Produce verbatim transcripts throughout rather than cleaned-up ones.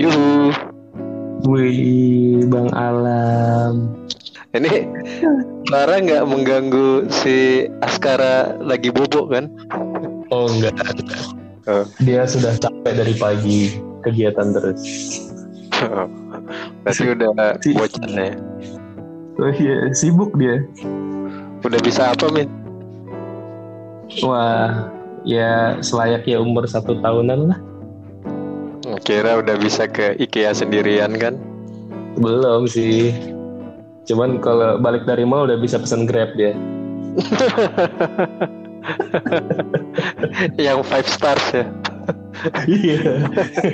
Yuhu. Wih, Bang Alam. Ini Clara nggak mengganggu si Askara lagi bobok kan? Oh enggak. Oh. Dia sudah capek dari pagi kegiatan terus. Berarti udah Si- bocan ya. Oh iya, sibuk dia. Udah bisa apa, Min? Wah, ya selayaknya umur satu tahunan lah. Kira udah bisa ke IKEA sendirian kan? Belum sih. Cuman kalau balik dari mall udah bisa pesan Grab dia. Yang five stars ya. Iya.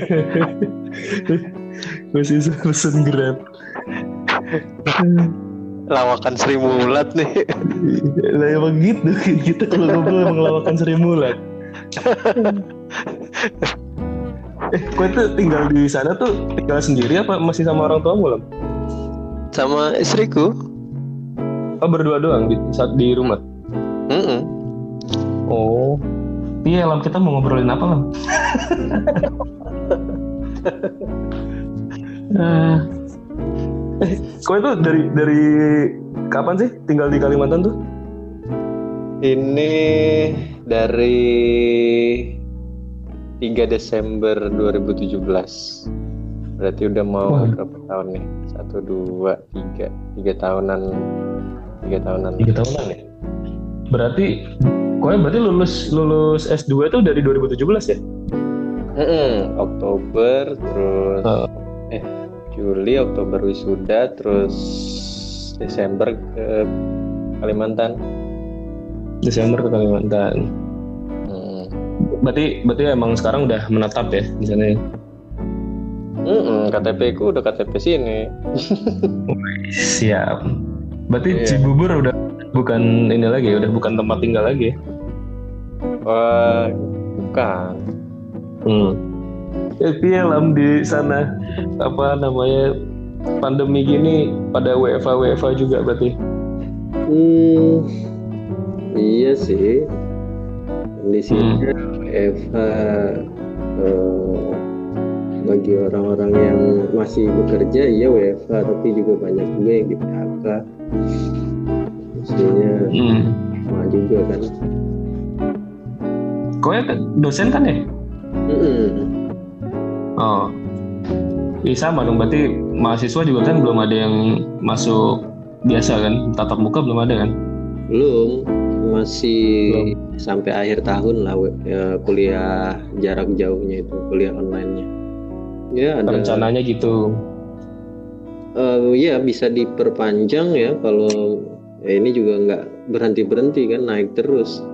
Masih bisa pesan Grab. Lawakan Sri Mulat nih. Lah emang gitu. Kita kalau ngobrol emang lawakan Sri Mulat. Eh, kau tuh tinggal di sana tuh tinggal sendiri apa masih sama orang tua Lam? Sama istriku. Oh, berdua doang di saat di rumah. Mm-mm. Oh. Iya, Lam, kita mau ngobrolin apa, Lam? uh, eh, kau itu dari dari kapan sih tinggal di Kalimantan tuh? Ini dari tiga Desember dua ribu tujuh belas. Berarti udah mau Wah. berapa tahun nih? Satu, dua, tiga, tiga tahunan, tiga tahunan. Tiga tahunan ya. Berarti, kau berarti lulus lulus S dua itu dari dua ribu tujuh belas ya? Mm-mm. Oktober, terus Oh. eh Juli, Oktober wisuda, terus Desember ke Kalimantan. Desember ke Kalimantan. Mm. Berarti berarti emang sekarang udah menetap ya di sana ya? Mm-mm. K T P ku udah K T P sini. Siap. Berarti Iya. Cibubur udah bukan ini lagi, udah bukan tempat tinggal lagi ya? Wah, bukan. Hmm. Eh, piye Lam di sana apa namanya pandemi gini pada W F H W F H juga berarti? Hmm, iya sih. Kondisinya W F H eh, bagi orang-orang yang masih bekerja, iya W F H, tapi juga banyak juga yang di P H K. Maksudnya Hmm. sama juga kan. Kau ya dosen kan ya? Mm-mm. Oh. Iya sama dong, berarti mahasiswa juga kan belum ada yang masuk biasa kan? Tatap muka belum ada kan? Belum, masih sampai akhir tahun lah we- ya, kuliah jarak jauhnya itu, kuliah online-nya. Ya ada. Rencananya gitu. Eh, ya bisa diperpanjang ya kalau ya ini juga nggak berhenti berhenti kan, naik terus.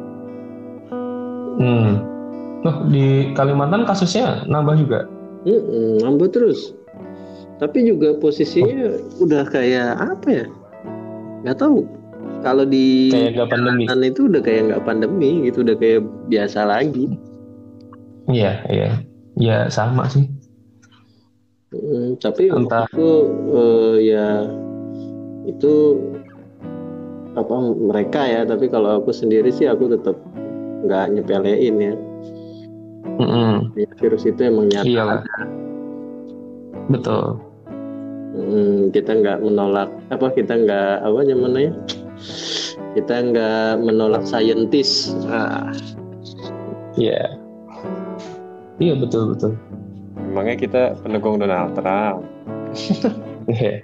Hmm. Loh, di Kalimantan kasusnya nambah juga? Mm-mm, nambah terus. Tapi juga posisinya udah kayak apa ya? Nggak tahu. Kalau di Kayak nggak pandemi. jalanan itu udah kayak nggak pandemi gitu, udah kayak biasa lagi. Iya, iya. Ya sama sih. Mm, tapi Entah. menurutku eh, ya itu apa mereka ya. Tapi kalau aku sendiri sih aku tetap nggak nyepelein ya. Mm-mm. Ya, virus itu emang nyata. Iya lah. Betul. Hmm, kita nggak menolak apa kita nggak apa namanya kita nggak menolak saintis. Nah, Iya. Iya betul betul. emangnya kita pendukung Donald Trump? Iya.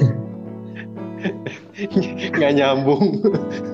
Nggak nyambung.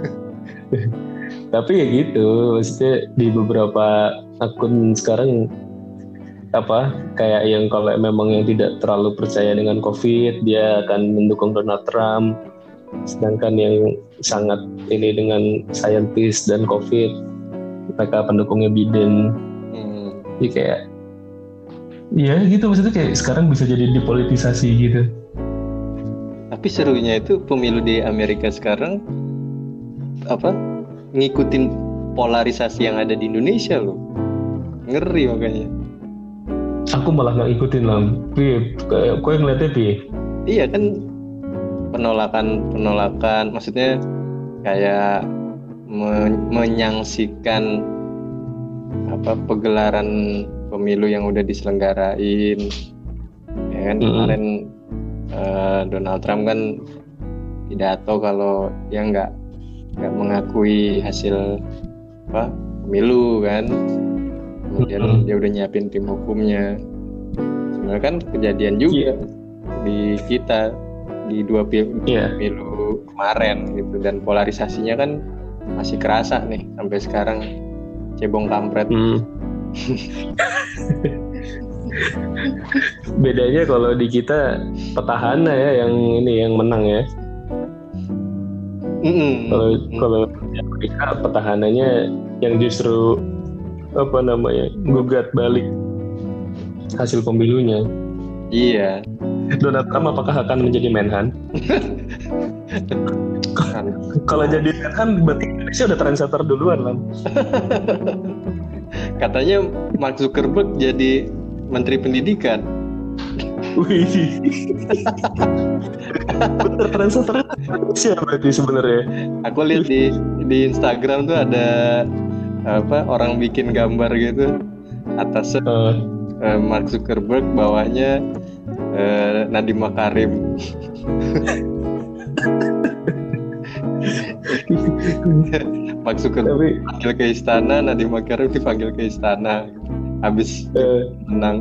Tapi ya gitu, maksudnya di beberapa akun sekarang apa kayak yang kalau memang yang tidak terlalu percaya dengan COVID dia akan mendukung Donald Trump, sedangkan yang sangat ini dengan saintis dan COVID mereka pendukungnya Biden. Hmm. Jadi kayak ya gitu, maksudnya kayak sekarang bisa jadi dipolitisasi gitu. Tapi serunya itu pemilu di Amerika sekarang apa ngikutin polarisasi yang ada di Indonesia loh. Ngeri makanya. Aku malah nggak ikutin lah. Piye, kayak kau yang ngeliatnya piye? Iya kan penolakan penolakan maksudnya kayak men- menyangsikan apa pegelaran pemilu yang udah diselenggarain ya kan. Mm-hmm. Kemarin uh, Donald Trump kan pidato kalau dia nggak nggak mengakui hasil apa pemilu kan, kemudian mm-hmm. dia udah nyiapin tim hukumnya. Sebenarnya kan kejadian juga yeah. di kita di dua pil- yeah. pemilu kemarin gitu, dan polarisasinya kan masih kerasa nih sampai sekarang, cebong kampret. Mm. Bedanya kalau di kita petahana ya yang ini yang menang ya. Mm-hmm. Kalau kalau di Amerika petahananya yang justru apa namanya gugat balik hasil pemilunya. Iya. Donald Trump apakah akan menjadi menhan? Kalau jadi menhan berarti Indonesia udah trendsetter duluan lah. Katanya Mark Zuckerberg jadi Menteri Pendidikan. Wih. Bener trendsetter siapa berarti sebenarnya? Aku lihat di di Instagram tuh ada apa orang bikin gambar gitu, atasnya uh. uh, Mark Zuckerberg, bawahnya uh, Nadiem Makarim. Mark Zuckerberg dipanggil ke istana, Nadiem Makarim dipanggil ke istana, habis uh. menang.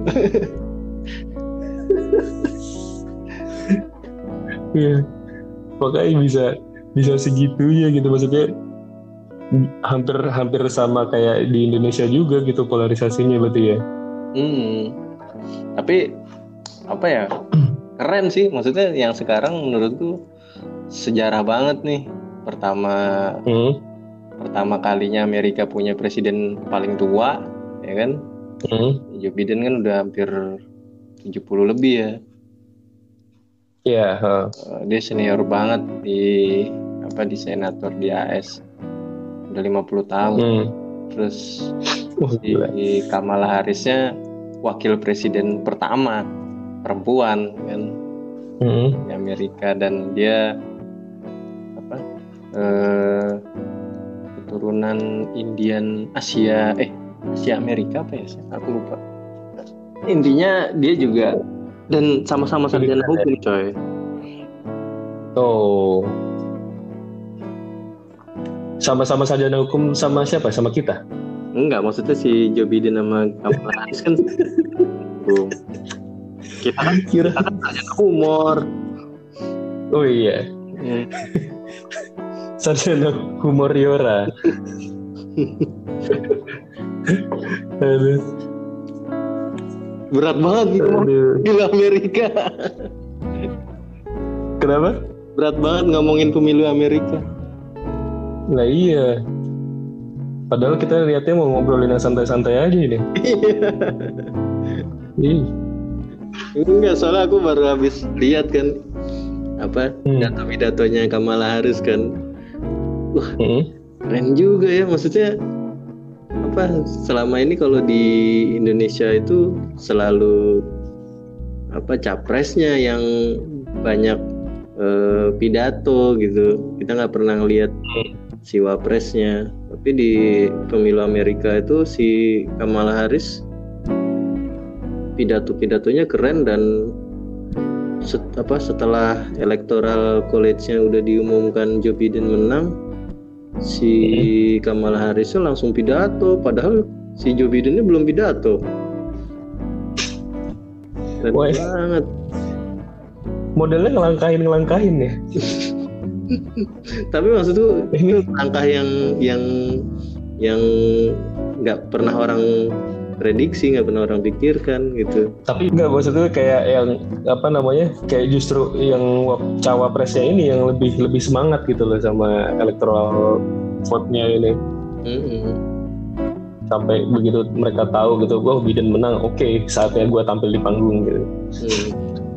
Iya, makanya bisa bisa segitunya gitu, maksudnya hampir hampir sama kayak di Indonesia juga gitu polarisasinya berarti ya. Hmm. Tapi apa ya, keren sih, maksudnya yang sekarang menurutku sejarah banget nih. Pertama hmm. pertama kalinya Amerika punya presiden paling tua, ya kan? Hmm. Joe Biden kan udah hampir tujuh puluh lebih ya. Iya, yeah, huh. Dia senior banget di apa di senator di A S. Udah lima puluh tahun. Hmm. Terus oh, di, di Kamala Harrisnya wakil presiden pertama perempuan kan hmm. di Amerika, dan dia apa eh, keturunan Indian Asia eh Asia Amerika apa ya? Aku lupa. Intinya dia juga dan sama-sama sarjana hukum, coy. Oh. Sama-sama sarjana hukum sama siapa? Sama kita? Enggak, maksudnya si Joe Biden sama Kamala Harris kan hukum. Kita kan kita kan sarjana humor. Oh iya. Hmm. Sarjana humor Yora. Aduh. Berat banget gitu pemilu Amerika. Kenapa? Berat banget ngomongin pemilu Amerika. Nah iya. Padahal kita lihatnya mau ngobrolin yang santai-santai aja ini. Iya. Enggak, soalnya aku baru habis lihat kan apa hmm. pidato-pidatonya Kamala Harris kan. Wah, hmm. keren juga ya, maksudnya apa selama ini kalau di Indonesia itu selalu apa capresnya yang banyak eh, pidato gitu, kita nggak pernah ngelihat si wapresnya. Tapi di pemilu Amerika itu si Kamala Harris pidato-pidatonya keren, dan set, apa setelah electoral college-nya udah diumumkan Joe Biden menang, si Kamala Harris langsung pidato, padahal si Joe Biden-nya belum pidato. Keren banget. Modelnya ngelangkahin-ngelangkahin ya. Tapi maksudku ini langkah yang yang yang nggak pernah orang prediksi, nggak pernah orang pikirkan gitu. Tapi nggak, maksudnya kayak yang apa namanya, kayak justru yang cawapresnya ini yang lebih lebih semangat gitu loh sama electoral vote-nya ini. Mm-hmm. Sampai begitu mereka tahu gitu, gue Biden menang, oke okay, saatnya gue tampil di panggung gitu. Mm.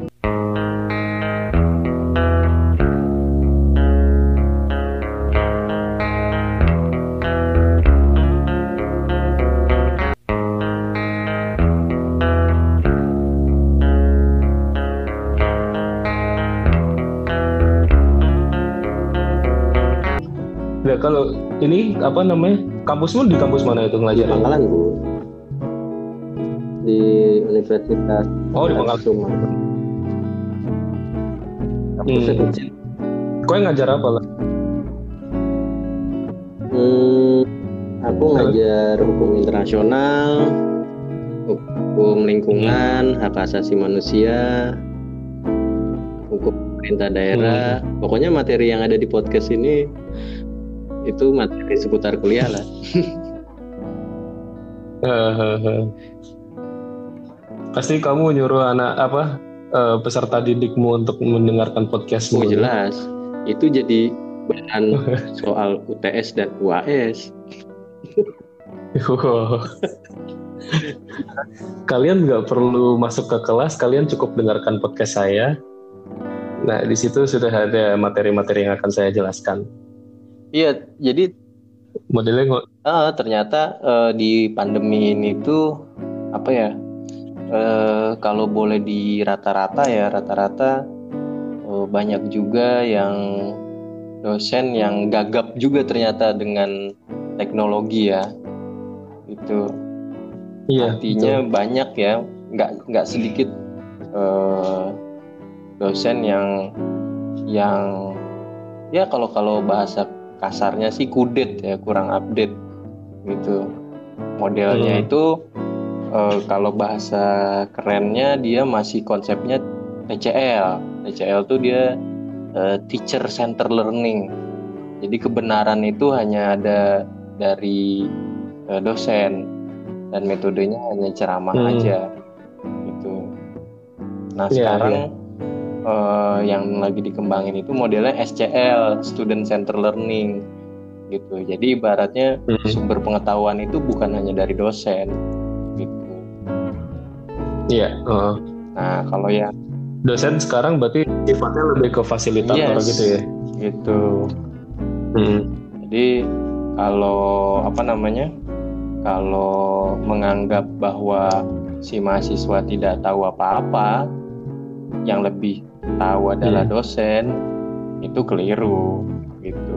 Nah, kalau ini apa namanya, kampusmu di kampus mana itu ngelajar? Di Pangkalan, Bu. Di Universitas. Oh, di Pangkalan. dosen Hmm. kecil. Kau yang ngajar apa lah? Hmm, aku ngajar hukum internasional, hukum lingkungan, hak asasi manusia, hukum pemerintah daerah. Pokoknya materi yang ada di podcast ini itu materi seputar kuliah lah. Hahaha. Pasti kamu nyuruh anak apa eh, peserta didikmu untuk mendengarkan podcastmu. Oh jelas, itu jadi bahan soal U T S dan U A S. Wow. Kalian nggak perlu masuk ke kelas, kalian cukup dengarkan podcast saya. Nah, di situ sudah ada materi-materi yang akan saya jelaskan. Iya, jadi Modelnya nggak? ah, ternyata eh, di pandemi ini tuh apa ya? Eh, kalau boleh di rata-rata ya rata-rata eh, banyak juga yang dosen yang gagap juga ternyata dengan teknologi ya. Itu Iya. artinya betul. banyak ya, nggak nggak sedikit eh, dosen yang yang ya kalau kalau bahasa kasarnya sih kudet ya, kurang update gitu. Modelnya Hmm. itu eh, kalau bahasa kerennya dia masih konsepnya T C L. T C L tuh dia eh, teacher center learning. Jadi kebenaran itu hanya ada dari eh, dosen dan metodenya hanya ceramah Hmm. aja gitu. Nah Iya, sekarang iya. eh, yang lagi dikembangin itu modelnya S C L, student center learning gitu. Jadi ibaratnya Hmm. sumber pengetahuan itu bukan hanya dari dosen gitu. Iya. oh. Nah kalau yang Dosen sekarang berarti sifatnya lebih ke fasilitator yes, gitu ya. gitu. Hmm. Jadi kalau apa namanya? Kalau menganggap bahwa si mahasiswa tidak tahu apa-apa, yang lebih tahu adalah Hmm. dosen, itu keliru gitu.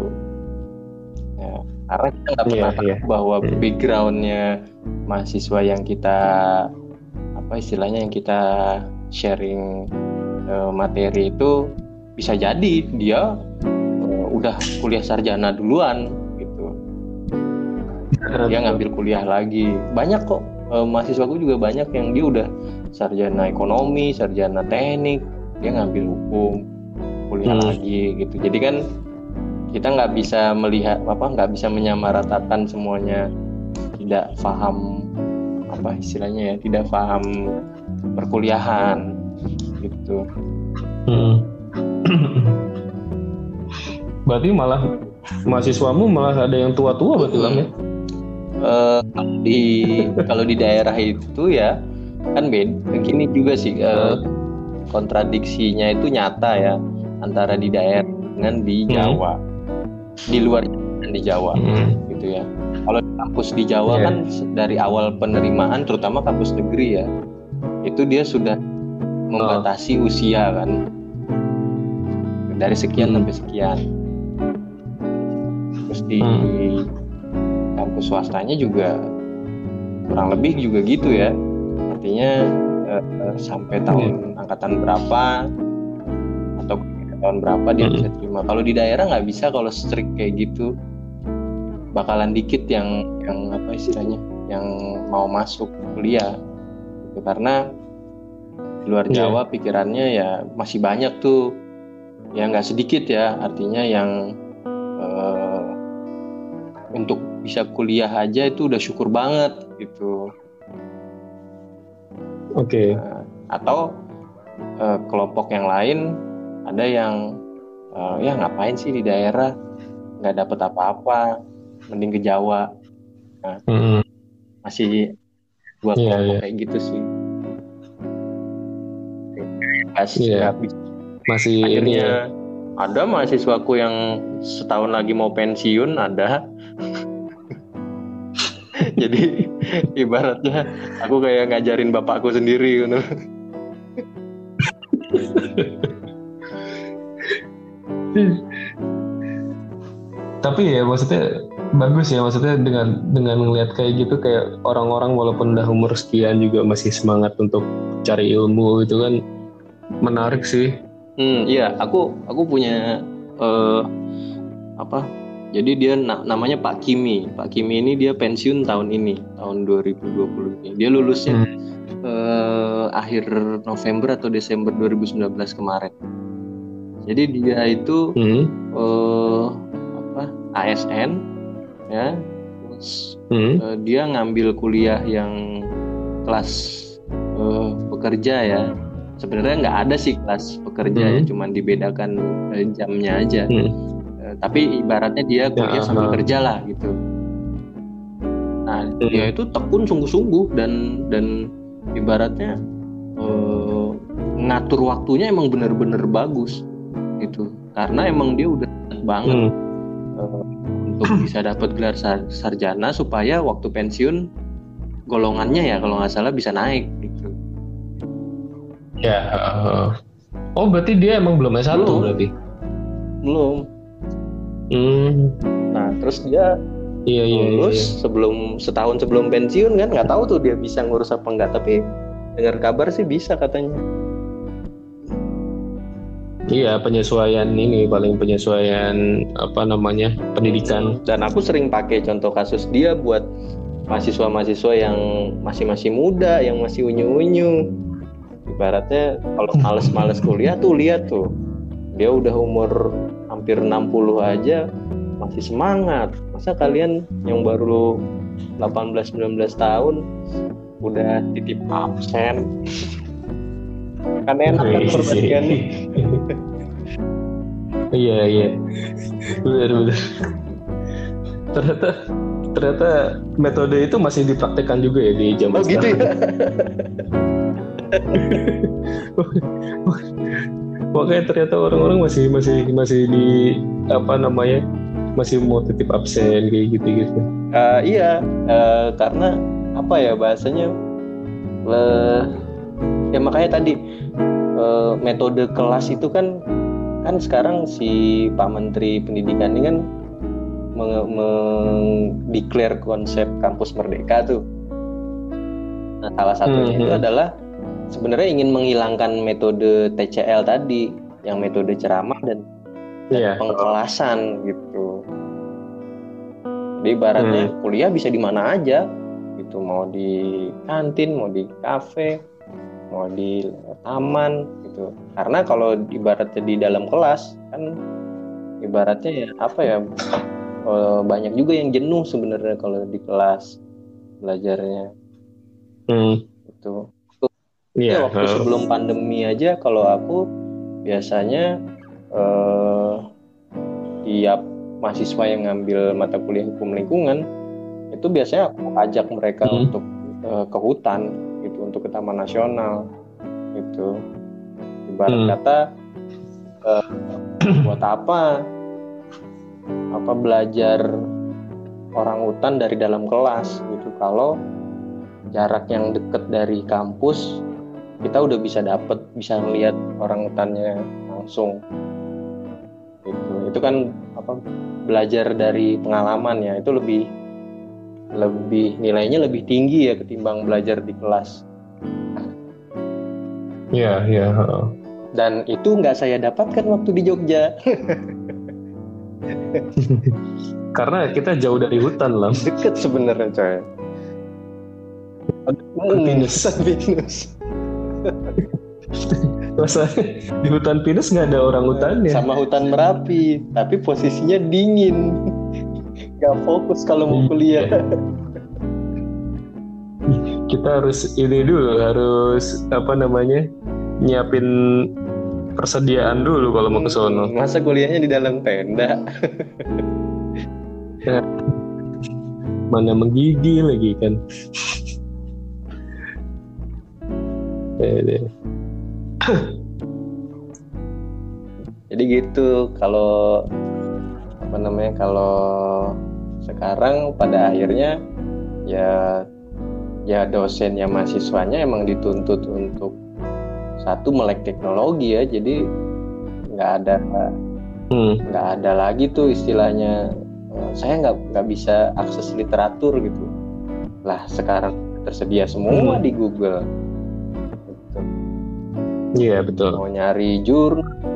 Ya, karena kita nggak pernah Iya, tahu iya. bahwa Hmm. backgroundnya mahasiswa yang kita apa istilahnya yang kita sharing eh, materi itu bisa jadi dia eh, udah kuliah sarjana duluan gitu. Dia ngambil kuliah lagi. Banyak kok eh, mahasiswaku juga banyak yang dia udah sarjana ekonomi, sarjana teknik, dia ngambil hukum, kuliah Hmm. lagi gitu. Jadi kan kita nggak bisa melihat apa nggak bisa menyamaratakan semuanya tidak paham apa istilahnya ya tidak paham perkuliahan gitu. Hmm. Berarti malah mahasiswamu malah ada yang tua-tua berarti Lam ya? Eh, kalau di kalau di daerah itu ya kan beda begini juga sih eh, kontradiksinya itu nyata ya antara di daerah dengan di Jawa, di luar dan di Jawa Hmm. gitu ya. Kalau di kampus di Jawa Iya. kan dari awal penerimaan terutama kampus negeri ya itu dia sudah membatasi usia kan dari sekian Hmm. sampai sekian. Terus di kampus swastanya juga kurang lebih juga gitu ya. Artinya eh, eh, sampai tahun angkatan berapa atau tahun berapa dia Hmm. bisa terima. Kalau di daerah nggak bisa kalau strict kayak gitu. Bakalan dikit yang yang apa istilahnya yang mau masuk kuliah. Gitu. Karena di luar Iya. Jawa pikirannya ya masih banyak tuh. Ya nggak sedikit ya. Artinya yang eh, untuk bisa kuliah aja itu udah syukur banget gitu. Oke. Nah, atau eh, kelompok yang lain ada yang eh, ya ngapain sih di daerah nggak dapet apa-apa, mending ke Jawa. Nah, Hmm. masih dua Iya, kelompok iya. kayak gitu sih. Pas Iya. nggak bisa. Masih ini ya. Akhirnya ada mahasiswaku yang setahun lagi mau pensiun ada. Jadi ibaratnya aku kayak ngajarin bapakku sendiri gitu. Tapi ya maksudnya bagus ya, maksudnya dengan dengan ngelihat kayak gitu kayak orang-orang walaupun udah umur sekian juga masih semangat untuk cari ilmu, itu kan menarik sih. Hmm, iya, aku aku punya eh, apa? Jadi dia na- namanya Pak Kimi. Pak Kimi ini dia pensiun tahun ini, tahun dua ribu dua puluh ini. Dia lulusnya Hmm. eh, akhir November atau Desember dua ribu sembilan belas kemarin. Jadi dia itu Hmm. eh, apa? A S N ya. Terus Hmm. eh, dia ngambil kuliah yang kelas eh, pekerja ya. Sebenarnya nggak ada sih kelas pekerja Hmm. ya, cuman dibedakan eh, jamnya aja. Hmm. Eh, tapi ibaratnya dia kuliah Ya, sambil uh, kerja lah gitu. Nah, Hmm. dia itu tekun sungguh-sungguh dan dan ibaratnya eh, ngatur waktunya emang bener-bener bagus gitu. Karena emang dia udah banget Hmm. eh, untuk bisa dapat gelar sar- sarjana supaya waktu pensiun golongannya ya kalau nggak salah bisa naik gitu. Ya. uh, Oh, berarti dia emang belum S satu Belum. berarti. Belum. Hmm. Nah, terus dia Iya, iya, iya. lulus iya. sebelum setahun sebelum pensiun kan, nggak tahu tuh dia bisa ngurus apa enggak, tapi dengar kabar sih bisa katanya. Iya, penyesuaian ini paling penyesuaian apa namanya pendidikan. Dan aku sering pakai contoh kasus dia buat mahasiswa-mahasiswa yang masih-masih muda, yang masih unyu-unyu. Ibaratnya kalau males-males kuliah tuh lihat tuh, dia udah umur hampir enam puluh aja masih semangat. Masa kalian yang baru delapan belas sembilan belas tahun udah titip absen? Kan enak kan perbandingannya. Iya, iya. Benar, benar. Ternyata ternyata metode itu masih dipraktekkan juga ya di zaman Oh gitu sekarang. ya. Makanya ternyata orang-orang masih masih masih di apa namanya masih mau titip absen kayak gitu-gitu. Uh, iya, uh, karena apa ya bahasanya? Uh, ya makanya tadi uh, metode kelas itu kan kan sekarang si Pak Menteri Pendidikan ini kan meng-declare konsep kampus merdeka tuh. Nah, salah satunya Hmm. itu adalah sebenarnya ingin menghilangkan metode T C L tadi, yang metode ceramah dan, dan Yeah. pengkelasan gitu. Jadi ibaratnya Hmm. kuliah bisa di mana aja, gitu, mau di kantin, mau di kafe, mau di taman, gitu. Karena kalau ibaratnya di dalam kelas kan, ibaratnya ya apa ya, banyak juga yang jenuh sebenarnya kalau di kelas belajarnya. Hmm. Gitu. Iya. Ya, waktu sebelum pandemi aja kalau aku biasanya eh, tiap mahasiswa yang ngambil mata kuliah hukum lingkungan itu biasanya aku ajak mereka Hmm. untuk eh, ke hutan gitu, untuk ke Taman Nasional gitu. Ibarat Hmm. kata eh, buat apa apa belajar orang hutan dari dalam kelas gitu, kalau jarak yang deket dari kampus kita udah bisa dapet, bisa ngelihat orang hutannya langsung gitu. Itu kan apa, belajar dari pengalaman ya, itu lebih lebih nilainya lebih tinggi ya ketimbang belajar di kelas. Iya, iya. Dan itu nggak saya dapatkan waktu di Jogja. Karena kita jauh dari hutan lah. Deket sebenarnya coy. Pinus. Pinus. Masa di hutan pinus nggak ada orang hutannya. Sama hutan Merapi, tapi posisinya dingin. Gak fokus kalau mau kuliah. Kita harus ini dulu, harus apa namanya, nyiapin persediaan dulu kalau mau ke sono. Masa kuliahnya di dalam tenda. Mana menggigil lagi kan. Jadi gitu, kalau apa namanya, kalau sekarang pada akhirnya ya ya dosennya mahasiswanya emang dituntut untuk satu melek teknologi ya, jadi nggak ada nggak hmm. ada lagi tuh istilahnya saya nggak nggak bisa akses literatur gitu lah, sekarang tersedia semua hmm. di Google. Iya, betul. Mau nyari jurnal,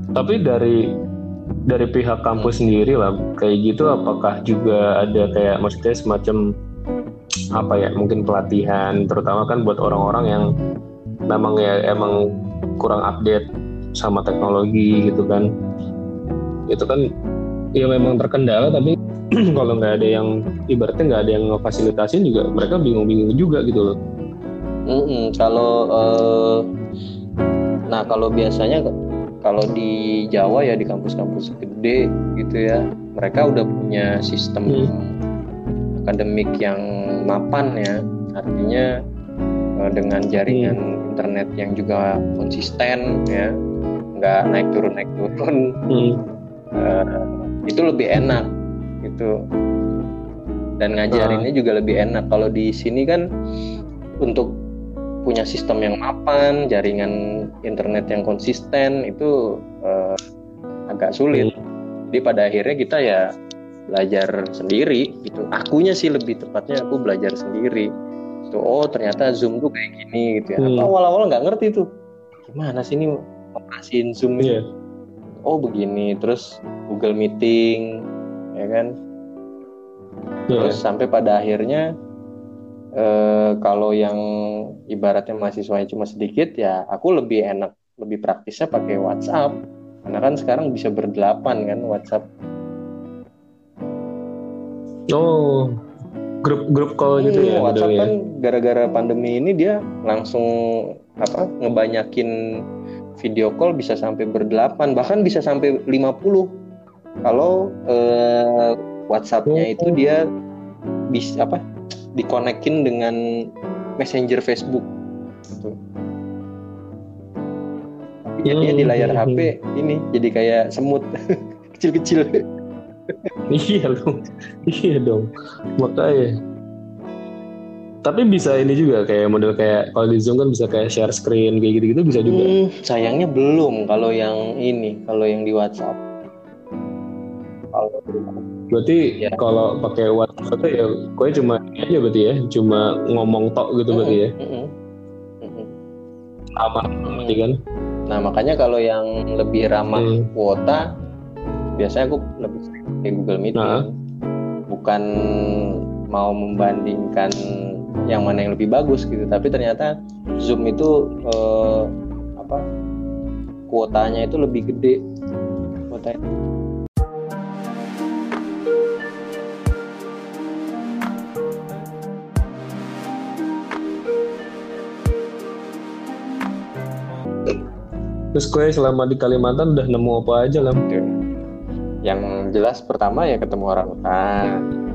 Tapi dari dari pihak kampus sendiri lah kayak gitu, apakah juga ada kayak maksudnya semacam apa ya, mungkin pelatihan terutama kan buat orang-orang yang memang ya emang kurang update sama teknologi gitu kan. Itu kan ya memang terkendala, tapi kalau nggak ada yang ibaratnya nggak ada yang ngefasilitasin juga mereka bingung-bingung juga gitu loh. Mm-mm, kalau uh, nah kalau biasanya kalau di Jawa ya di kampus-kampus gede gitu ya, mereka udah punya sistem hmm. akademik yang mapan ya, artinya uh, dengan jaringan hmm. internet yang juga konsisten ya, nggak naik turun naik turun, hmm. uh, itu lebih enak gitu, dan ngajarinnya uh. juga lebih enak. Kalau di sini kan untuk punya sistem yang mapan, jaringan internet yang konsisten itu uh, agak sulit. Jadi pada akhirnya kita ya belajar sendiri gitu. Akunya sih lebih tepatnya aku belajar sendiri. Tuh, oh ternyata Zoom tuh kayak gini gitu ya. Hmm. Awal-awal nggak ngerti tuh gimana sih ini operasiin Zoom ini. Yeah. Oh begini, terus Google Meeting, ya kan. Yeah. Terus sampai pada akhirnya Uh, kalau yang ibaratnya mahasiswanya cuma sedikit ya aku lebih enak, lebih praktisnya pakai WhatsApp karena kan sekarang bisa berdelapan kan WhatsApp. Oh, grup-grup call gitu hmm, ya. WhatsApp kan ya? Gara-gara pandemi ini dia langsung apa ngebanyakin video call bisa sampai berdelapan, bahkan bisa sampai lima puluh kalau uh, WhatsApp-nya oh. itu dia bisa apa dikonekin dengan Messenger Facebook gitu. Tapi jadinya di layar H P ini jadi kayak semut kecil-kecil. Iya dong, iya dong, makanya. Tapi bisa ini juga kayak model kayak kalau di Zoom kan bisa kayak share screen kayak gitu-gitu bisa juga. Hmm, sayangnya belum kalau yang ini, kalau yang di WhatsApp. Kalau berarti ya. Kalau pakai WhatsApp ya gue cuma ini aja berarti ya, cuma ngomong tok gitu berarti ya. Mm-hmm. Sama berarti kan. Nah makanya kalau yang lebih ramah hmm. kuota biasanya aku lebih sering pakai Google Meeting. Nah. Bukan mau membandingkan yang mana yang lebih bagus gitu, tapi ternyata Zoom itu eh, apa kuotanya itu lebih gede kuotanya. Terus gue selama di Kalimantan udah nemu apa aja lah? Yang jelas pertama ya ketemu orang hutan.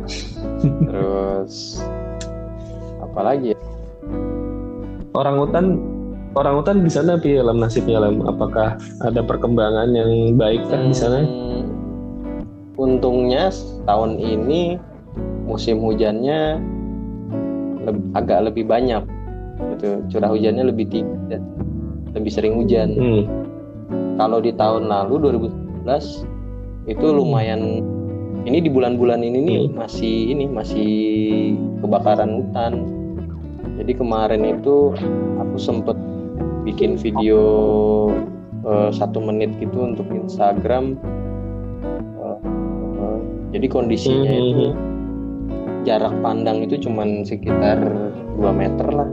Terus apa lagi ya? Orang hutan, orang hutan di sana apa ya lam nasibnya lam? Apakah ada perkembangan yang baik kan hmm, di sana? Untungnya tahun ini musim hujannya le- agak lebih banyak, gitu. Curah hujannya lebih tinggi. Lebih sering hujan. Hmm. Kalau di tahun lalu dua ribu sembilan belas itu lumayan. Ini di bulan-bulan ini nih hmm. masih ini masih kebakaran hutan. Jadi kemarin itu aku sempet bikin video uh, satu menit gitu untuk Instagram. Uh, uh, jadi kondisinya hmm. itu jarak pandang itu cuman sekitar dua meter lah.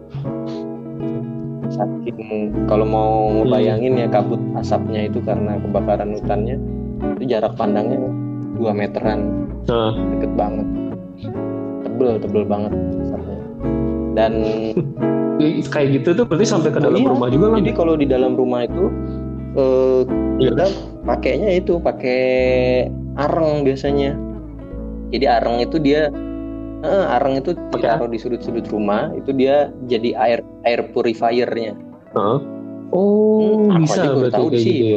Saking kalau mau ngebayangin ya kabut asapnya itu karena kebakaran hutannya itu jarak pandangnya dua meteran, uh. deket banget, tebel tebel banget asapnya. Dan kayak gitu tuh berarti sampai ke dalam oh, iya. rumah juga kan? Jadi kalau di dalam rumah itu eh, kita pakainya itu pakai areng biasanya. Jadi areng itu dia Uh, areng itu ditaruh di sudut-sudut rumah, itu dia jadi air air purifier-nya. Uh-huh. Oh, hmm, bisa berarti tahu kayak gitu ya.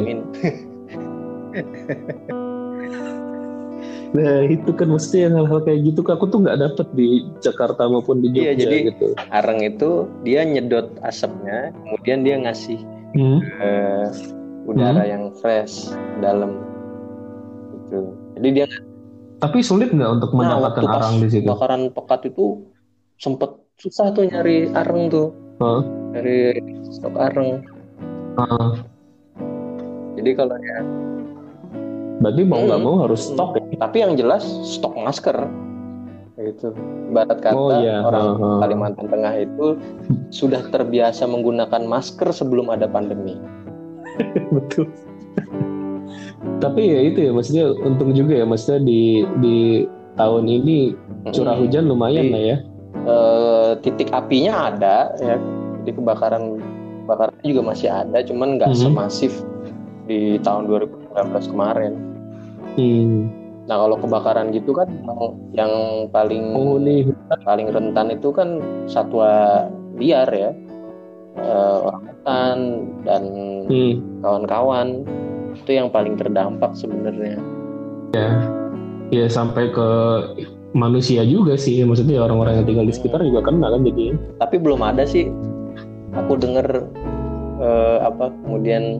Nah, itu kan mesti yang hal-hal kayak gitu aku tuh nggak dapet di Jakarta maupun di Jogja. Iya, jadi gitu. Areng itu dia nyedot asapnya, kemudian dia ngasih hmm. uh, udara hmm. yang fresh dalam. Gitu. Jadi dia tapi sulit nggak untuk mendapatkan nah, arang di situ? Kebakaran pekat itu sempet susah tuh nyari areng tuh, huh? Nyari stok areng. Uh. Jadi kalau ya, berarti mau nggak hmm, mau harus stok ya. Tapi yang jelas stok masker. Gitu. Ibarat kata Oh, iya. orang uh-huh. Kalimantan Tengah itu sudah terbiasa menggunakan masker sebelum ada pandemi. Betul. Tapi ya itu ya, maksudnya untung juga ya, maksudnya di di tahun ini curah hmm. hujan lumayan Jadi, lah ya. Uh, titik apinya ada ya, jadi kebakaran kebakarannya juga masih ada, cuman nggak mm-hmm. semasif di tahun dua ribu sembilan belas kemarin. Hmm. Nah kalau kebakaran gitu kan yang paling oh, nih. paling rentan itu kan satwa liar ya, uh, orangutan dan hmm. kawan-kawan itu yang paling terdampak sebenarnya. Ya, ya sampai ke manusia juga sih, maksudnya orang-orang yang tinggal di sekitar juga kena kan jadi. Tapi belum ada sih, aku dengar uh, apa kemudian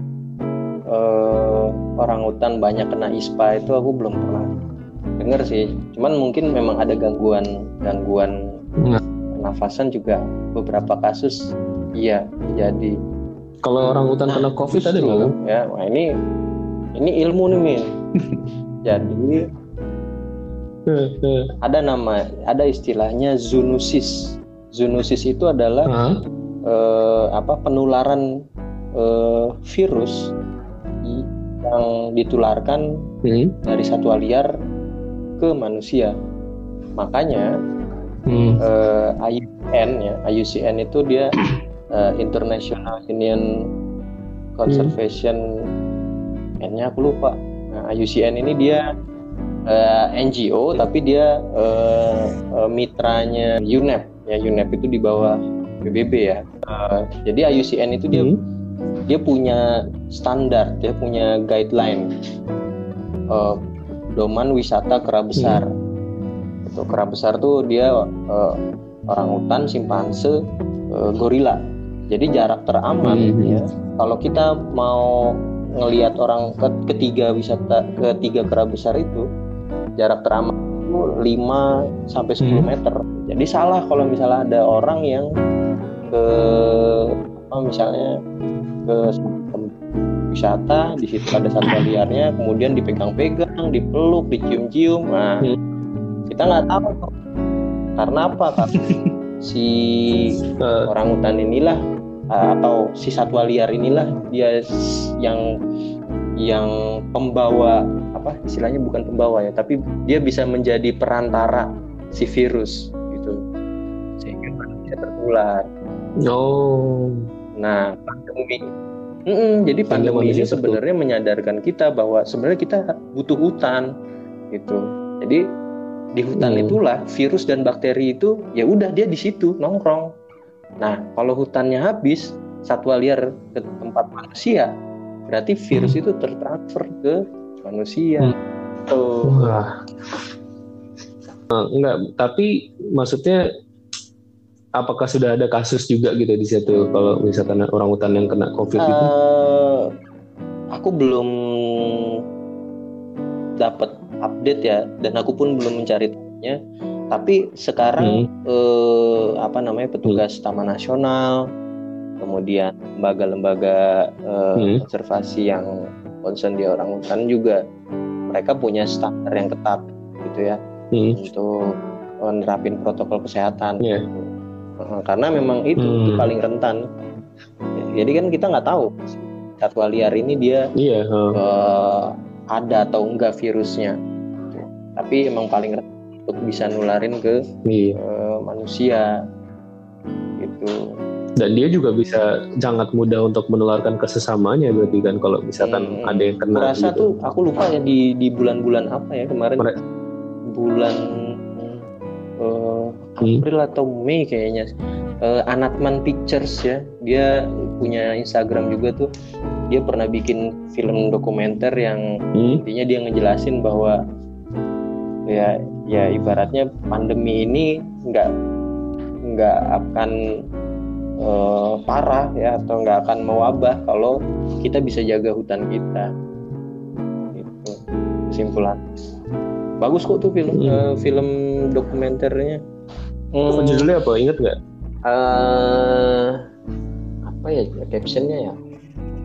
uh, orangutan banyak kena ispa, itu aku belum pernah dengar sih. Cuman mungkin memang ada gangguan gangguan nah. pernafasan juga beberapa kasus iya jadi. Kalau orangutan nah, kena COVID ada nggak? Ya, nah ini ini ilmu nih Min. Jadi ada nama, ada istilahnya zoonosis. Zoonosis itu adalah huh? eh, apa penularan eh, virus yang ditularkan hmm? dari satwa liar ke manusia. Makanya hmm. eh, I U C N ya, I U C N itu dia uh, International Union Conservation, hmm. N-nya aku lupa. Nah, I U C N ini dia uh, N G O tapi dia uh, uh, mitranya U N E P. Ya U N E P itu di bawah P B B ya. Uh, jadi I U C N itu dia hmm. dia punya standar, dia punya guideline uh, pedoman wisata kera besar. Hmm. Itu kera besar tuh dia uh, orangutan, simpanse, uh, gorila. Jadi jarak teraman hmm. ya. Kalau kita mau ngelihat orang ketiga wisata ketiga kera besar itu, jarak teraman itu lima sampai sepuluh hmm. meter. Jadi salah kalau misalnya ada orang yang ke apa misalnya ke wisata, di situ ada satwa liarnya, kemudian dipegang-pegang, dipeluk, dicium-cium. Nah, hmm. kita nggak tahu tuh. Karena apa? Karena si orangutan inilah atau si satwa liar inilah dia yang yang pembawa, apa istilahnya, bukan pembawa ya, tapi dia bisa menjadi perantara si virus gitu, sehingga bisa tertular. Oh. Nah, pandemi Mm-mm, jadi pandemi ini sebenarnya menyadarkan kita bahwa sebenarnya kita butuh hutan gitu. Jadi di hutan hmm. itulah virus dan bakteri itu ya udah dia di situ nongkrong. Nah, kalau hutannya habis, satwa liar ke tempat manusia, berarti virus hmm. itu tertransfer ke manusia. Hmm. Tuh. Wah. Nah, enggak, tapi maksudnya apakah sudah ada kasus juga gitu di situ kalau misalkan orangutan yang kena COVID uh, itu? Aku belum dapat update ya, dan aku pun belum mencari tahunya. Tapi sekarang hmm. eh, apa namanya petugas hmm. Taman Nasional, kemudian lembaga-lembaga eh, hmm. konservasi yang concern di orangutan juga, mereka punya standar yang ketat gitu ya hmm. untuk menerapin protokol kesehatan. Yeah. Gitu. Karena memang itu, hmm. itu paling rentan. Jadi kan kita nggak tahu satwa liar ini dia yeah, huh. uh, ada atau enggak virusnya. Tapi emang paling rentan untuk bisa nularin ke yeah. uh, manusia gitu. Dan dia juga bisa sangat mudah untuk menularkan ke sesamanya berarti kan, kalau misalkan hmm. ada yang kena. Aku rasa gitu. Tuh aku lupa ya di di bulan-bulan apa ya kemarin. Mere- bulan uh, April hmm. atau Mei kayaknya. Uh, Anatman Pictures ya, dia punya Instagram juga tuh. Dia pernah bikin film dokumenter yang hmm. intinya dia ngejelasin bahwa ya ya ibaratnya pandemi ini nggak nggak akan uh, parah ya, atau nggak akan mewabah kalau kita bisa jaga hutan kita. Itu kesimpulan. Bagus kok tuh film hmm. uh, film dokumenternya. Hmm. Judulnya apa? Ingat nggak? Uh, apa ya captionnya ya? Aku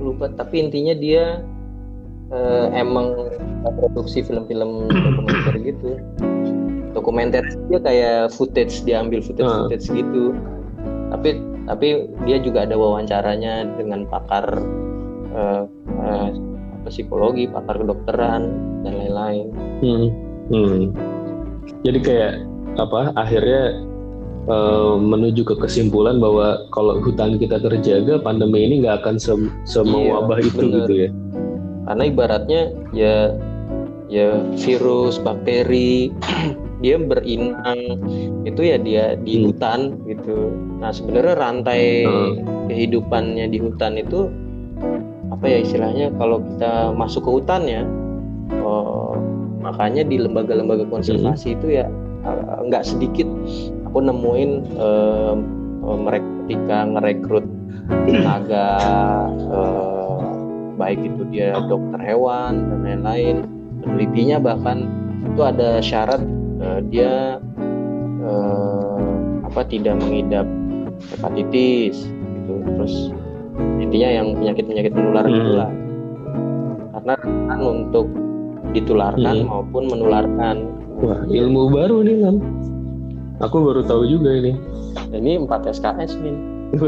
lupa, tapi intinya dia uh, emang produksi film-film dokumenter gitu. Dokumenter dia kayak footage, dia ambil footage-footage uh. gitu. Tapi tapi dia juga ada wawancaranya dengan pakar uh, uh, psikologi, pakar kedokteran dan lain-lain. Hmm. Hmm. Jadi kayak apa? Akhirnya uh, menuju ke kesimpulan bahwa kalau hutan kita terjaga, pandemi ini nggak akan se- semewabah iya, itu bener. Gitu ya. Karena ibaratnya ya ya virus, bakteri dia berinang itu ya dia di hmm. hutan gitu. Nah sebenarnya rantai hmm. kehidupannya di hutan itu apa ya istilahnya, kalau kita masuk ke hutan ya, oh, makanya di lembaga-lembaga konservasi hmm. itu ya nggak sedikit aku nemuin eh, mereka ketika ngerekrut tenaga eh, baik itu dia dokter hewan dan lain-lain, penelitinya bahkan itu ada syarat Uh, dia uh, apa tidak mengidap hepatitis gitu, terus intinya yang penyakit-penyakit menular hmm. itulah, karena kan untuk ditularkan hmm. maupun menularkan. Wah, ilmu baru nih kan, aku baru tahu juga ini. Ini empat S K S Min.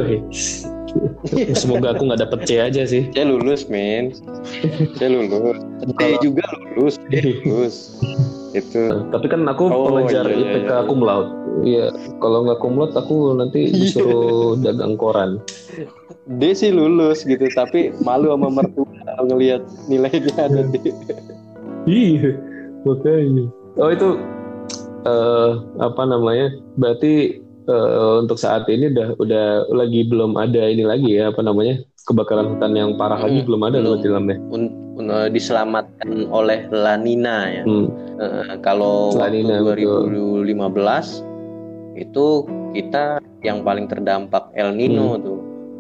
Semoga aku nggak dapet C aja sih. Saya lulus Min, saya lulus. D juga lulus, lulus. Itu. Tapi kan aku oh, pengejar iya, I P K iya, aku melaut. Iya, kalau nggak kumlot aku nanti disuruh dagang koran. D sih lulus gitu, tapi malu sama mertua ngelihat nilainya ada D. Iya, makanya. Oh itu uh, apa namanya? Berarti uh, untuk saat ini udah udah lagi belum ada ini lagi ya, apa namanya? Kebakaran hutan yang parah hmm, lagi belum ada loh di dalamnya. Un- un- diselamatkan oleh La Nina ya. Hmm. Uh, kalau La Nina, waktu dua ribu lima belas betul. Itu kita yang paling terdampak El Nino hmm. tuh.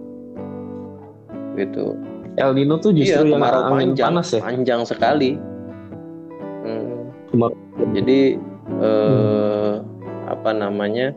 Gitu. El Nino tuh justru iya, yang angin panjang, panas ya. Panjang sekali. Hmm. Jadi uh, hmm. apa namanya?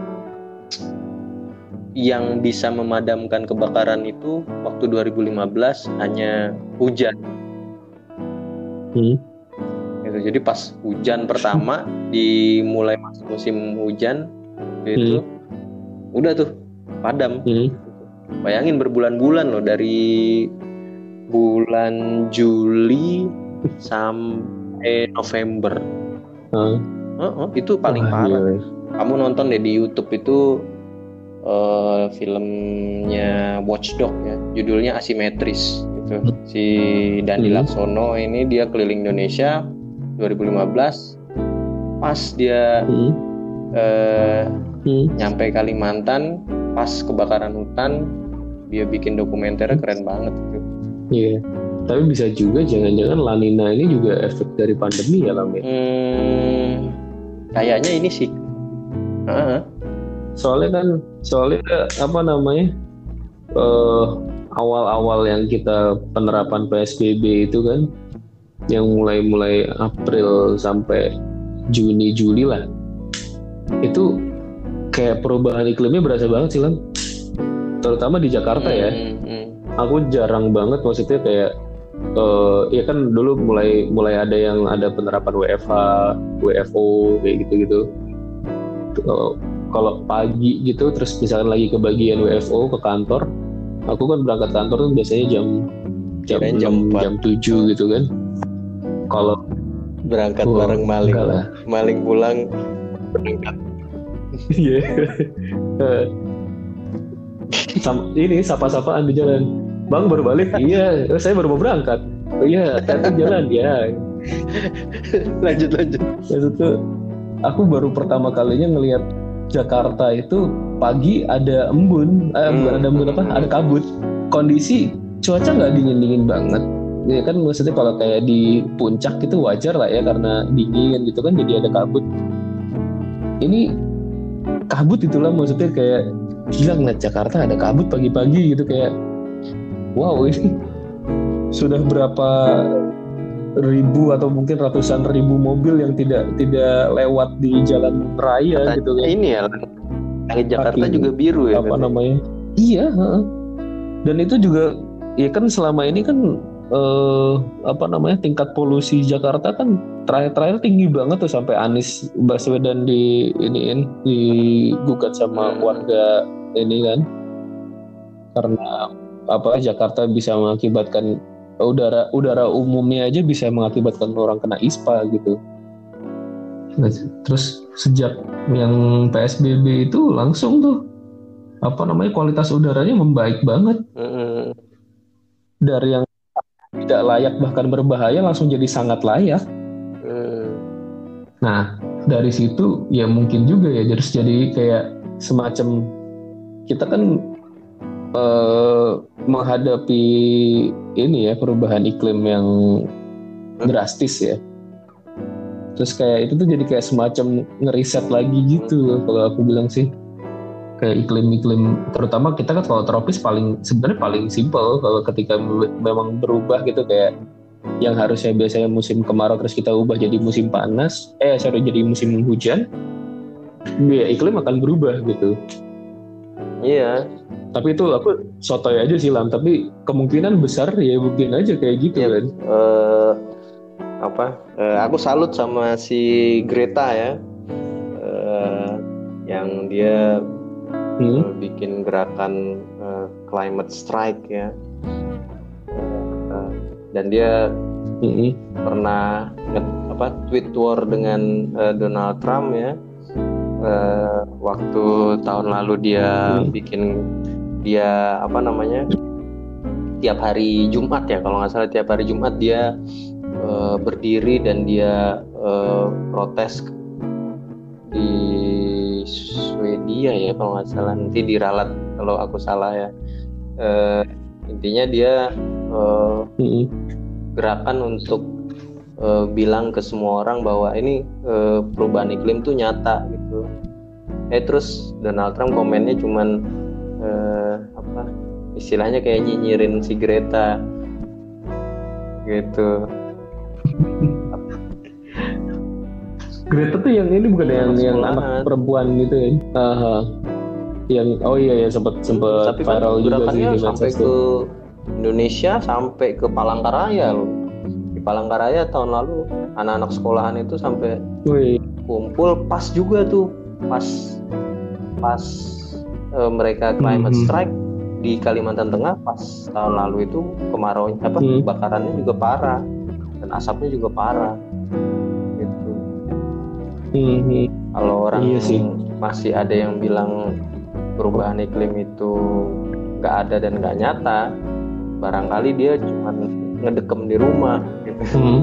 Yang bisa memadamkan kebakaran itu waktu dua ribu lima belas hanya hujan. Hmm. Gitu. Jadi pas hujan pertama dimulai masuk musim hujan itu hmm. udah tuh padam. Hmm. Bayangin berbulan-bulan loh, dari bulan Juli sampai November. Hmm. Oh, oh, itu paling oh, parah. Iya. Kamu nonton deh di YouTube itu Uh, filmnya Watchdog ya, judulnya Asimetris gitu. Si Dandi hmm. Laksono ini dia keliling Indonesia dua ribu lima belas, pas dia hmm. Uh, hmm. nyampe Kalimantan pas kebakaran hutan, dia bikin dokumenternya keren banget gitu. Iya, tapi bisa juga jangan-jangan La Nina ini juga efek dari pandemi ya Lam ya? Hmm, kayaknya ini sih. Uh-huh. Soalnya kan, soalnya apa namanya, uh, awal-awal yang kita penerapan P S B B itu kan, yang mulai-mulai April sampai Juni Juli lah, itu kayak perubahan iklimnya berasa banget sih Lam, terutama di Jakarta ya. Mm-hmm. Aku jarang banget, maksudnya kayak, uh, ya kan dulu mulai mulai ada yang ada penerapan W F H, W F O kayak gitu-gitu. Uh, Kalau pagi gitu, terus misalkan lagi kebagian W F O ke kantor, aku kan berangkat kantor tuh biasanya jam jam jam, jam tujuh gitu kan. Kalau berangkat oh, bareng maling, maling pulang berangkat. Iya. Sam- ini sapa-sapaan di jalan. Bang baru balik? Iya, saya baru mau berangkat. Oh iya, tadi jalan ya. lanjut lanjut. Lanjut tuh. Aku baru pertama kalinya ngelihat Jakarta itu pagi ada embun, eh, hmm. bukan ada embun apa, ada kabut. Kondisi cuaca nggak dingin-dingin banget, ya kan, maksudnya kalau kayak di puncak itu wajar lah ya karena dingin gitu kan, jadi ada kabut. Ini kabut itulah, maksudnya kayak gila ngeliat Jakarta ada kabut pagi-pagi gitu, kayak wow ini sudah berapa ribu atau mungkin ratusan ribu mobil yang tidak tidak lewat di jalan raya. Katanya gitu kan. Ini ya, langit Jakarta Kaki, juga biru ya. Apa katanya. Namanya? Iya. Dan itu juga ya kan selama ini kan eh, apa namanya tingkat polusi Jakarta kan terakhir-terakhir tinggi banget tuh sampai Anies Baswedan di iniin digugat sama Hmm. warga ini kan karena apa Jakarta bisa mengakibatkan udara udara umumnya aja bisa mengakibatkan orang kena ispa gitu. Nah, terus sejak yang P S B B itu langsung tuh apa namanya kualitas udaranya membaik banget Hmm. dari yang tidak layak bahkan berbahaya langsung jadi sangat layak. Hmm. Nah dari situ ya mungkin juga ya harus jadi kayak semacam kita kan eh, menghadapi ini ya perubahan iklim yang drastis ya. Terus kayak itu tuh jadi kayak semacam ngeriset lagi gitu loh kalau aku bilang sih. Kayak iklim-iklim terutama kita kan kalau tropis paling sebenarnya paling simpel kalau ketika memang berubah gitu kayak yang harusnya biasanya musim kemarau terus kita ubah jadi musim panas eh sorry jadi musim hujan ya iklim akan berubah gitu. Iya. Tapi itu aku sotoy aja sih Lam tapi kemungkinan besar ya mungkin aja kayak gitu Ya, kan. eh, apa? eh, aku salut sama si Greta ya, eh, yang dia Hmm. eh, bikin gerakan eh, climate strike ya, Eh, dan dia Hmm. pernah nge- apa tweet war dengan eh, Donald Trump ya. Eh, waktu tahun lalu dia Hmm. bikin dia apa namanya tiap hari Jumat ya kalau nggak salah tiap hari Jumat dia eh, berdiri dan dia eh, protes di Swedia ya kalau nggak salah nanti diralat kalau aku salah ya. Eh, intinya dia eh, Hmm. gerakan untuk eh, bilang ke semua orang bahwa ini eh, perubahan iklim tuh nyata gitu. Eh terus Donald Trump komennya cuman eh, apa istilahnya kayak nyinyirin si Greta gitu. Greta tuh yang ini bukan yang Anak yang sekolahan. anak perempuan gitu ya. Aha. Yang oh iya ya sempat sempat Tapi kan viral juga sih gerakannya di sampai medsos ke tuh. Indonesia sampai ke Palangkaraya loh. Di Palangkaraya tahun lalu anak-anak sekolahan itu sampai Wih. kumpul pas juga tuh pas pas eh, mereka climate Mhm. strike di Kalimantan Tengah pas tahun lalu itu kemarau apa Hmm. kebakarannya juga parah dan asapnya juga parah gitu. Mhm. Kalau orang Iya sih. masih ada yang bilang perubahan iklim itu nggak ada dan nggak nyata, barangkali dia cuma ngedekem di rumah gitu. Hmm.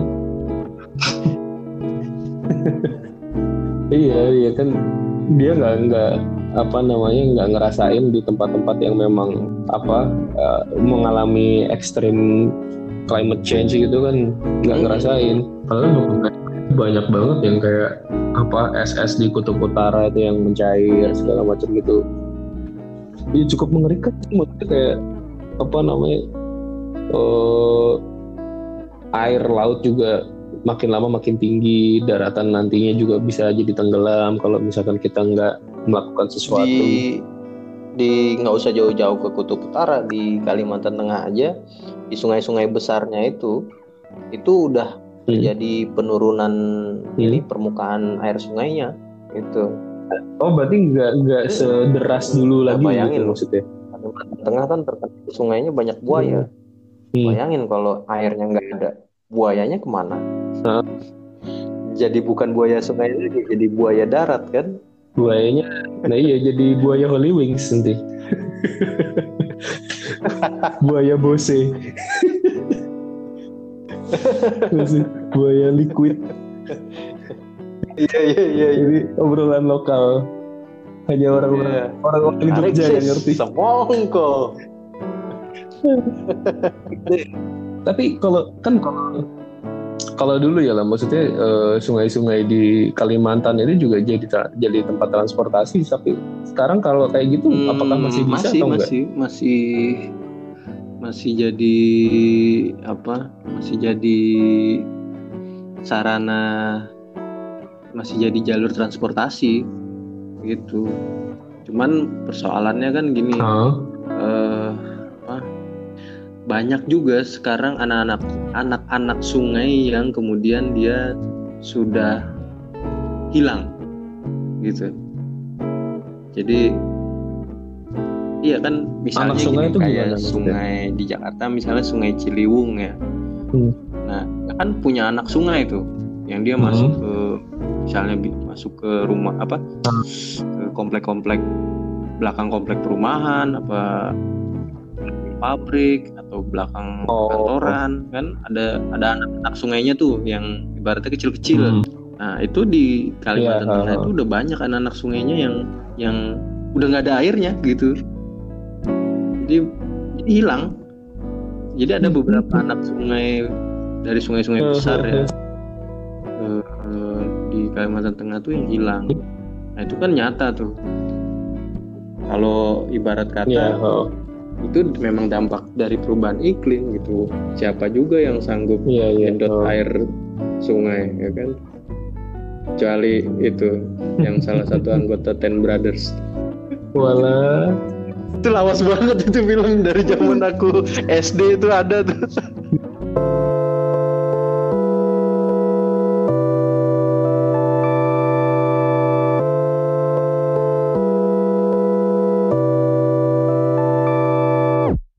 Iya iya kan dia nggak nggak apa namanya nggak ngerasain di tempat-tempat yang memang apa uh, mengalami ekstrim climate change gitu kan nggak Hmm. ngerasain. Padahal banyak banget yang kayak apa es es di kutub utara itu yang mencair segala macam gitu. Ini cukup mengerikan sih maksudnya kayak apa namanya eh, air laut juga makin lama makin tinggi, daratan nantinya juga bisa jadi tenggelam kalau misalkan kita nggak melakukan sesuatu. Di di nggak usah jauh-jauh ke kutub utara, di Kalimantan Tengah aja di sungai-sungai besarnya itu itu udah Hmm. terjadi penurunan Hmm. ini permukaan air sungainya gitu. Oh berarti nggak nggak sederas dulu Nah, lagi bayangin gitu loh. maksudnya. Kalimantan Tengah kan terkenal sungainya banyak buaya. Hmm. Bayangin kalau airnya nggak ada, buayanya kemana? Nah, Jadi bukan buaya sungai lagi, jadi buaya darat kan? buayanya, nah iya jadi buaya Holy Wings nanti. Buaya Bose. Buaya liquid. Iya iya iya. Ini obrolan lokal. Hanya orang-orang Iya. orang-orang di Jogja yang ngerti. Semongko. Tapi kalau kan kalau kalau dulu ya lah, maksudnya eh, sungai-sungai di Kalimantan itu juga jadi jadi tempat transportasi. Tapi sekarang kalau kayak gitu, Hmm, apakah masih bisa masih, atau enggak? masih, masih, masih jadi apa? Masih jadi sarana, masih jadi jalur transportasi gitu. Cuman persoalannya kan gini, Hah? eh, apa? banyak juga sekarang anak-anak anak-anak sungai yang kemudian dia sudah hilang gitu. Jadi iya kan, misalnya Anak sungai gini, itu kayak gimana, sungai di Jakarta misalnya Sungai Ciliwung ya. Hmm. Nah, dia kan punya anak sungai itu yang dia Hmm. masuk ke misalnya bi- masuk ke rumah apa ke komplek-komplek belakang komplek perumahan apa pabrik atau belakang Oh. kantoran kan ada ada anak-anak sungainya tuh yang ibaratnya kecil-kecil. Hmm. Nah itu di Kalimantan Iya, Tengah uh. itu udah banyak anak-anak sungainya yang yang udah nggak ada airnya gitu. Jadi, jadi hilang. Jadi ada beberapa anak sungai dari sungai-sungai besar ya eh, eh, di Kalimantan Tengah tuh yang hilang. Nah itu kan nyata tuh. Kalau ibarat kata Iya, oh. itu memang dampak dari perubahan iklim gitu. Siapa juga yang sanggup Iya, iya, nyedot oh. air sungai ya kan? Kecuali itu yang salah satu anggota Ten Brothers. Walah. Itu lawas banget itu film dari zaman aku S D itu ada tuh.